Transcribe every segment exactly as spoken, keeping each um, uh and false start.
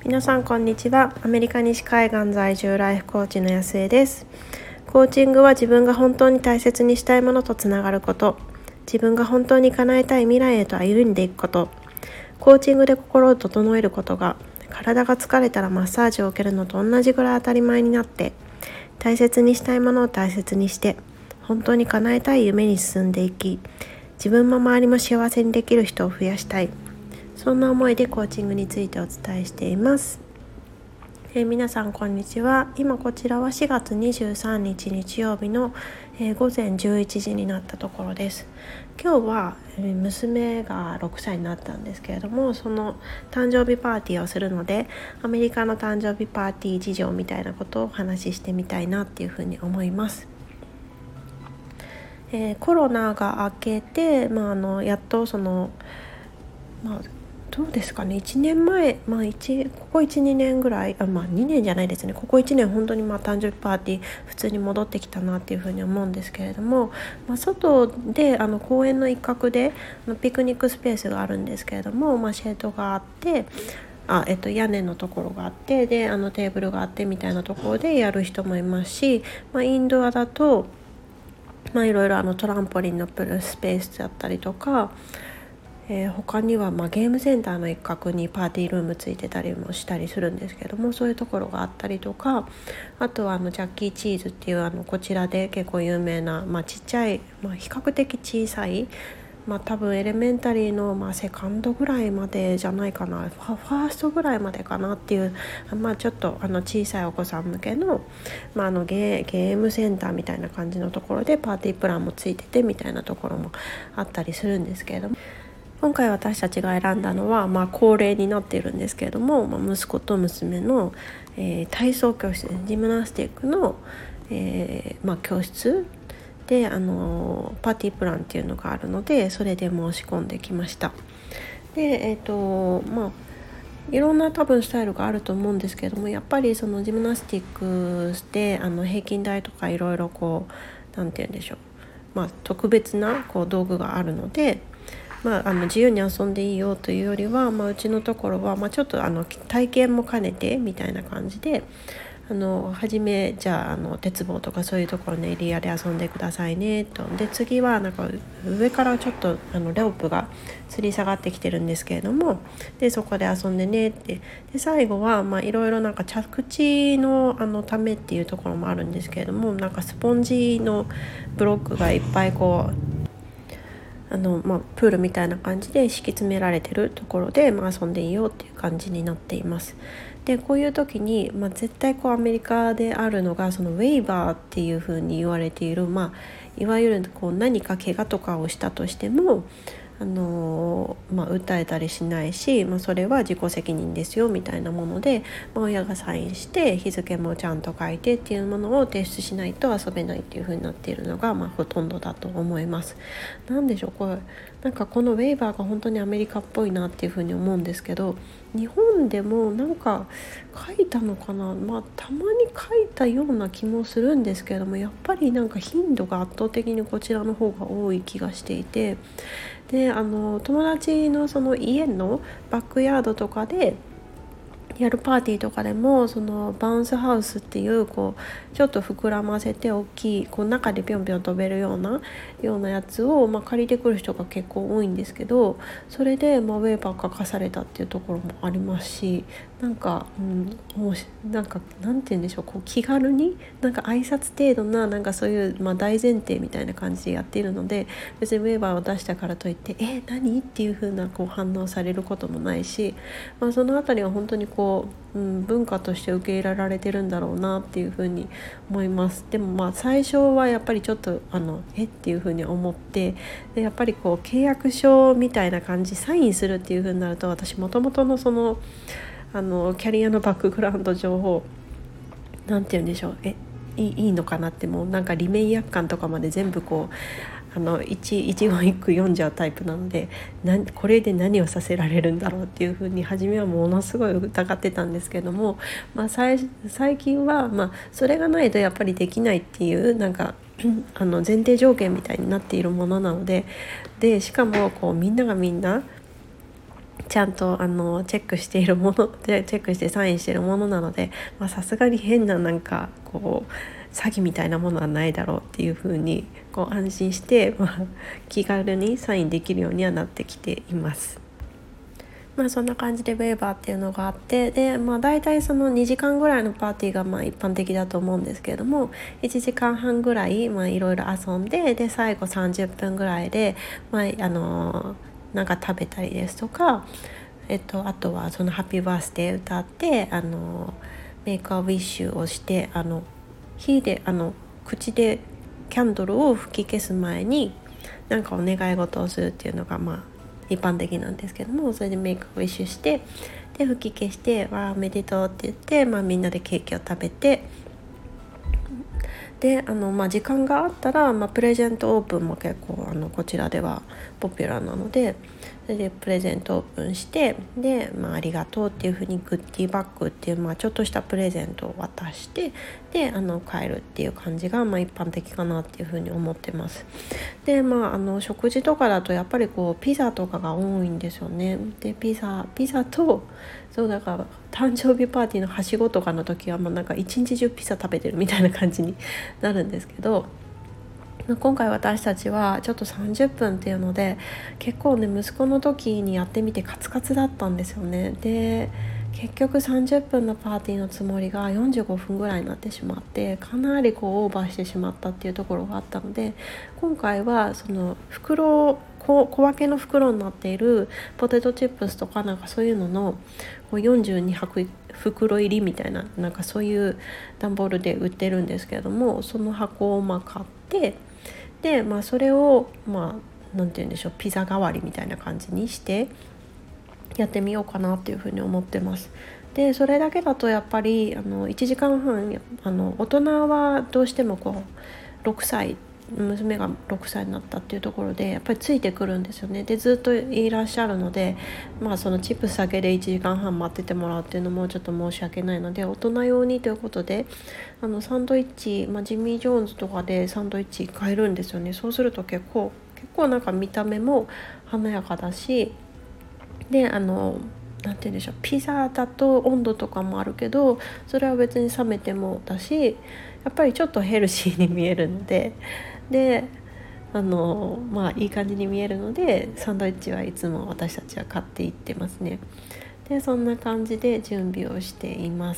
皆さんこんにちは。アメリカ西海岸在住ライフコーチの安江です。コーチングは自分が本当に大切にしたいものとつながること、自分が本当に叶えたい未来へと歩んでいくこと、コーチングで心を整えることが体が疲れたらマッサージを受けるのと同じぐらい当たり前になって、大切にしたいものを大切にして本当に叶えたい夢に進んでいき、自分も周りも幸せにできる人を増やしたい、そんな思いでコーチングについてお伝えしています。えー、皆さんこんにちは。今こちらはしがつにじゅうさんにち日曜日の、えー、ごぜんじゅういちじになったところです。今日は、えー、娘がろくさいになったんですけれども、その誕生日パーティーをするので、アメリカの誕生日パーティー事情みたいなことをお話ししてみたいなっていうふうに思います。えー、コロナが明けて、まあ、あのやっとそのまあどうですかね、いちねんまえ、まあ、1ここいちにねんぐらいあ、まあ、にねんじゃないですね、ここいちねん本当にまあ誕生日パーティー普通に戻ってきたなっていうふうに思うんですけれども、まあ、外であの公園の一角であのピクニックスペースがあるんですけれども、まあ、シェードがあってあ、えっと、屋根のところがあってであのテーブルがあってみたいなところでやる人もいますし、まあ、インドアだと、まあ、いろいろあのトランポリンのプルスペースだったりとか、えー、他にはまあゲームセンターの一角にパーティールームついてたりもしたりするんですけども、そういうところがあったりとか、あとはあのジャッキーチーズっていうあのこちらで結構有名な、まあ、ちっちゃい、まあ、比較的小さい、まあ、多分エレメンタリーの、まあ、セカンドぐらいまでじゃないかな、ファファーストぐらいまでかなっていう、まあ、ちょっとあの小さいお子さん向けの、まあ、あのゲー、ゲームセンターみたいな感じのところでパーティープランもついててみたいなところもあったりするんですけれども、今回私たちが選んだのは、まあ、恒例になっているんですけれども、まあ、息子と娘の、えー、体操教室、ジムナスティックの、えーまあ、教室で、あのー、パーティープランっていうのがあるので、それで申し込んできました。で、えーとまあ、いろんな多分スタイルがあると思うんですけれども、やっぱりそのジムナスティックであの平均台とかいろいろこうなんて言うんでしょう、まあ、特別なこう道具があるので、まあ、あの自由に遊んでいいよというよりは、まあ、うちのところは、まあ、ちょっとあの体験も兼ねてみたいな感じで、あの初めじゃあ、あの鉄棒とかそういうところのエリアで遊んでくださいねと。で次はなんか上からちょっとあのロープが吊り下がってきてるんですけれども、でそこで遊んでねって。で最後はいろいろなんか着地のあのためっていうところもあるんですけれども、なんかスポンジのブロックがいっぱいこうあのまあ、プールみたいな感じで敷き詰められてるところで、まあ、遊んでいいよっていう感じになっています。でこういう時に、まあ、絶対こうアメリカであるのがそのウェイバーっていう風に言われている、まあ、いわゆるこう何か怪我とかをしたとしてもあのまあ、訴えたりしないし、まあ、それは自己責任ですよみたいなもので、まあ、親がサインして日付もちゃんと書いてっていうものを提出しないと遊べないっていう風になっているのが、まあ、ほとんどだと思います。なんでしょう、これなんかこのウェイバーが本当にアメリカっぽいなっていう風に思うんですけど、日本でもなんか書いたのかな、まあ、たまに書いたような気もするんですけれども、やっぱりなんか頻度が圧倒的にこちらの方が多い気がしていて、であの友達のその家のバックヤードとかでやるパーティーとかでも、そのバウンスハウスっていうこうちょっと膨らませて大きいこう中でぴょんぴょん飛べるようなようなやつを、まあ、借りてくる人が結構多いんですけど、それで、まあ、ウェーバー書かされたっていうところもありますし、なんか、うん、もうなんかなんて言うんでしょう、こう気軽になんか挨拶程度ななんかそういう、まあ、大前提みたいな感じでやっているので、別にウェーバーを出したからといってえ何っていう風なこう反応されることもないし、まあ、そのあたりは本当にこう、うん、文化として受け入れられてるんだろうなっていう風に思います。でもまあ最初はやっぱりちょっとあのえっていう風に思って、でやっぱりこう契約書みたいな感じサインするっていう風になると、私もともとのそのあのキャリアのバックグラウンド情報なんて言うんでしょう、えいいいいのかなって、もうなんか利命約款とかまで全部こうあの 一, 一言一句読んじゃうタイプなので、なこれで何をさせられるんだろうっていうふうに初めはものすごい疑ってたんですけども、まあ、最最近は、まあ、それがないとやっぱりできないっていうなんかあの前提条件みたいになっているものなので、でしかもこうみんながみんなちゃんとあのチェックしているものでチェックしてサインしているものなので、さすがに変ななんかこう詐欺みたいなものはないだろうっていう風にこう安心して、まあ、気軽にサインできるようにはなってきています。まあそんな感じでウェーバーっていうのがあって、で、まあ、大体そのにじかんぐらいのパーティーがまあ一般的だと思うんですけれども、いちじかんはんぐらいまあいろいろ遊んで、で最後さんじゅっぷんぐらいで、まああのなんか食べたりですとか、えっと、あとはそのハッピーバースデー歌ってあのメイクアウィッシュをして、あの火であの口でキャンドルを吹き消す前になんかお願い事をするっていうのがまあ一般的なんですけども、それでメイクをウィッシュしてで吹き消してわーおめでとうって言って、まあ、みんなでケーキを食べて、であの、まあ、時間があったら、まあ、プレゼントオープンも結構あのこちらではポピュラーなので、それでプレゼントオープンしてで、まあ、ありがとうっていうふうにグッディバッグっていう、まあ、ちょっとしたプレゼントを渡してであの帰るっていう感じが、まあ、一般的かなっていうふうに思ってます。で、まあ、あの食事とかだとやっぱりこうピザとかが多いんですよね。でピザピザとそうだから誕生日パーティーのはしごとかの時はもうなんか一日中ピザ食べてるみたいな感じになるんですけど、今回私たちはちょっとさんじゅっぷんっていうので結構ね息子の時にやってみてカツカツだったんですよね。で結局さんじゅっぷんのパーティーのつもりがよんじゅうごふんぐらいになってしまってかなりこうオーバーしてしまったっていうところがあったので、今回はその袋小分けの袋になっているポテトチップスとかなんかそういうののこうよんじゅうにはく袋入りみたいななんかそういう段ボールで売ってるんですけれども、その箱をまあ買ってで、まあ、それをまあなんて言うんでしょうピザ代わりみたいな感じにしてやってみようかなっていうふうに思ってます。でそれだけだとやっぱりあのいちじかんはんあの大人はどうしてもこうろくさい娘がろくさいになったっていうところでやっぱりついてくるんですよね。でずっといらっしゃるので、まあ、そのチップスだけでいちじかんはん待っててもらうっていうのもちょっと申し訳ないので、大人用にということであのサンドイッチ、まあ、ジミー・ジョーンズとかでサンドイッチ買えるんですよね。そうすると結構結構なんか見た目も華やかだし、であのなんて言うんでしょうピザだと温度とかもあるけどそれは別に冷めてもだしやっぱりちょっとヘルシーに見えるのでであのまあいい感じに見えるのでサンドイッチはいつも私たちは買っていってますね。でそんな感じで準備をしています。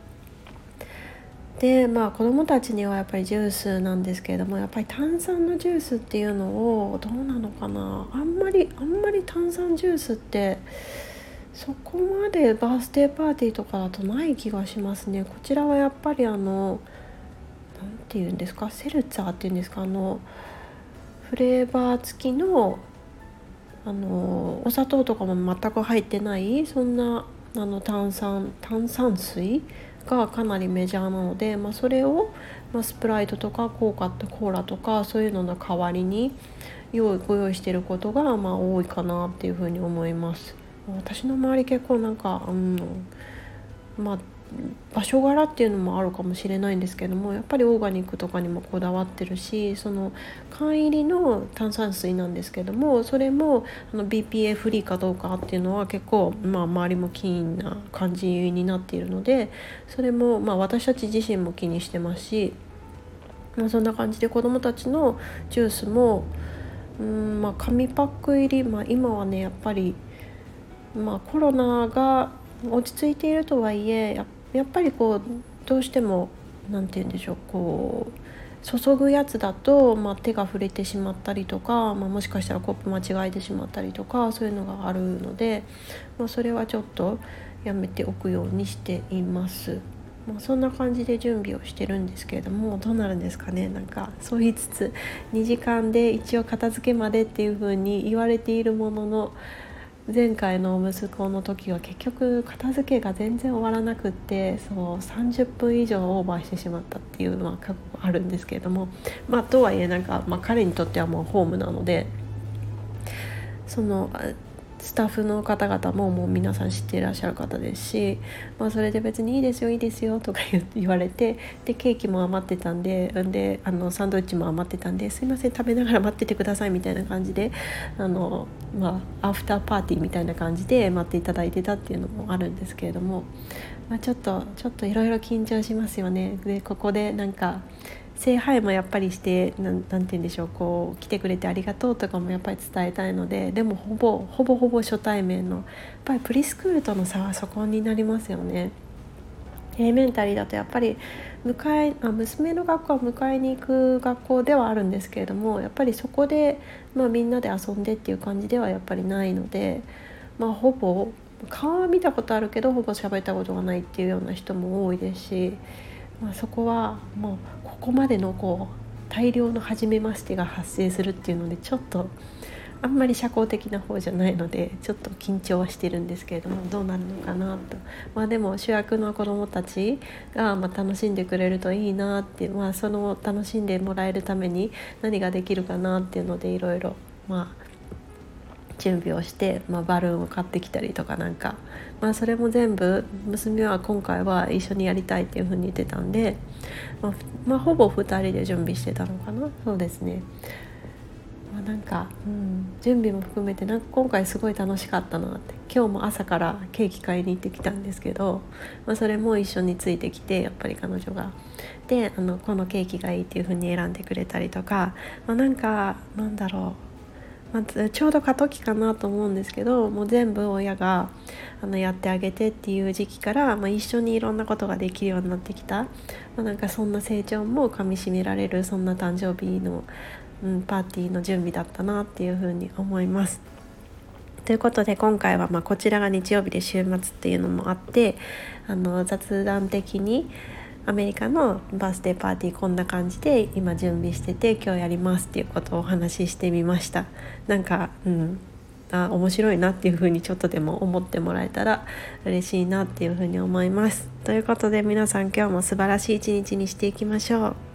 でまあ子どもたちにはやっぱりジュースなんですけれども、やっぱり炭酸のジュースっていうのをどうなのかな、あんまりあんまり炭酸ジュースってそこまでバースデーパーティーとかだとない気がしますね。こちらはやっぱりあのなんていうんですかセルツァーっていうんですか、あのフレーバー付きのあのお砂糖とかも全く入ってないそんなあの炭酸炭酸水がかなりメジャーなので、まあ、それを、まあ、スプライトとかコーカとコーラとかそういうのの代わりに用意ご用意していることが、まあ、多いかなっていうふうに思います。私の周り結構なんか、うん、まあ場所柄っていうのもあるかもしれないんですけども、やっぱりオーガニックとかにもこだわってるし、その缶入りの炭酸水なんですけどもそれもあの ビーピーエー フリーかどうかっていうのは結構、まあ、周りもキーンな感じになっているので、それも、まあ、私たち自身も気にしてますし、まあ、そんな感じで子どもたちのジュースもうん、まあ、紙パック入り、まあ、今はねやっぱり、まあ、コロナが落ち着いているとはいえややっぱりこうどうしてもなんて言うんでしょうこう注ぐやつだと、まあ、手が触れてしまったりとか、まあ、もしかしたらコップ間違えてしまったりとかそういうのがあるので、まあ、それはちょっとやめておくようにしています。まあ、そんな感じで準備をしてるんですけれども、どうなるんですかね。なんかそう言いつつにじかんで一応片付けまでっていう風に言われているものの、前回の息子の時は結局片付けが全然終わらなくって、そうさんじゅっぷん以上オーバーしてしまったっていうのは過去あるんですけれども、まあとはいえなんか、まあ、彼にとってはもうホームなのでそのスタッフの方々ももう皆さん知っていらっしゃる方ですし、まあ、それで別にいいですよいいですよとか言われて、でケーキも余ってたんで、であのサンドイッチも余ってたんで、すいません食べながら待っててくださいみたいな感じで、あの、まあ、アフターパーティーみたいな感じで待っていただいてたっていうのもあるんですけれども、まあ、ちょっとちょっといろいろ緊張しますよね。でここでなんか聖杯もやっぱりしてなん、なんて言うんでしょう、こう来てくれてありがとうとかもやっぱり伝えたいので、でもほぼほぼほぼ初対面のやっぱりプリスクールとの差はそこになりますよね。エレメンタリーだとやっぱり迎えあ娘の学校は迎えに行く学校ではあるんですけれども、やっぱりそこで、まあ、みんなで遊んでっていう感じではやっぱりないので、まあ、ほぼ顔は見たことあるけどほぼ喋ったことがないっていうような人も多いですし、まあ、そこはもうここまでのこう大量の初めましてが発生するっていうので、ちょっとあんまり社交的な方じゃないのでちょっと緊張はしてるんですけれども、どうなるのかなと。まあでも主役の子どもたちがまあ楽しんでくれるといいなって、まあ、その楽しんでもらえるために何ができるかなっていうのでいろいろまあ準備をして、まあ、バルーンを買ってきたりとかなんか、まあ、それも全部娘は今回は一緒にやりたいっていう風に言ってたんで、まあまあ、ほぼふたりで準備してたのかな。そうですね、まあ、なんか、うん、準備も含めてなんか今回すごい楽しかったなって。今日も朝からケーキ買いに行ってきたんですけど、まあ、それも一緒についてきて、やっぱり彼女がであのこのケーキがいいっていう風に選んでくれたりとか、まあ、なんかなんだろう、まあ、ちょうど過渡期かなと思うんですけど、もう全部親があのやってあげてっていう時期から、まあ、一緒にいろんなことができるようになってきた、まあ、なんかそんな成長もかみしめられる、そんな誕生日の、うん、パーティーの準備だったなっていうふうに思います。ということで今回はまあこちらが日曜日で週末っていうのもあって、あの雑談的にアメリカのバースデーパーティーこんな感じで今準備してて今日やりますっていうことをお話ししてみました。なんか、うん、あ面白いなっていうふうにちょっとでも思ってもらえたら嬉しいなっていうふうに思います。ということで皆さん今日も素晴らしい一日にしていきましょう。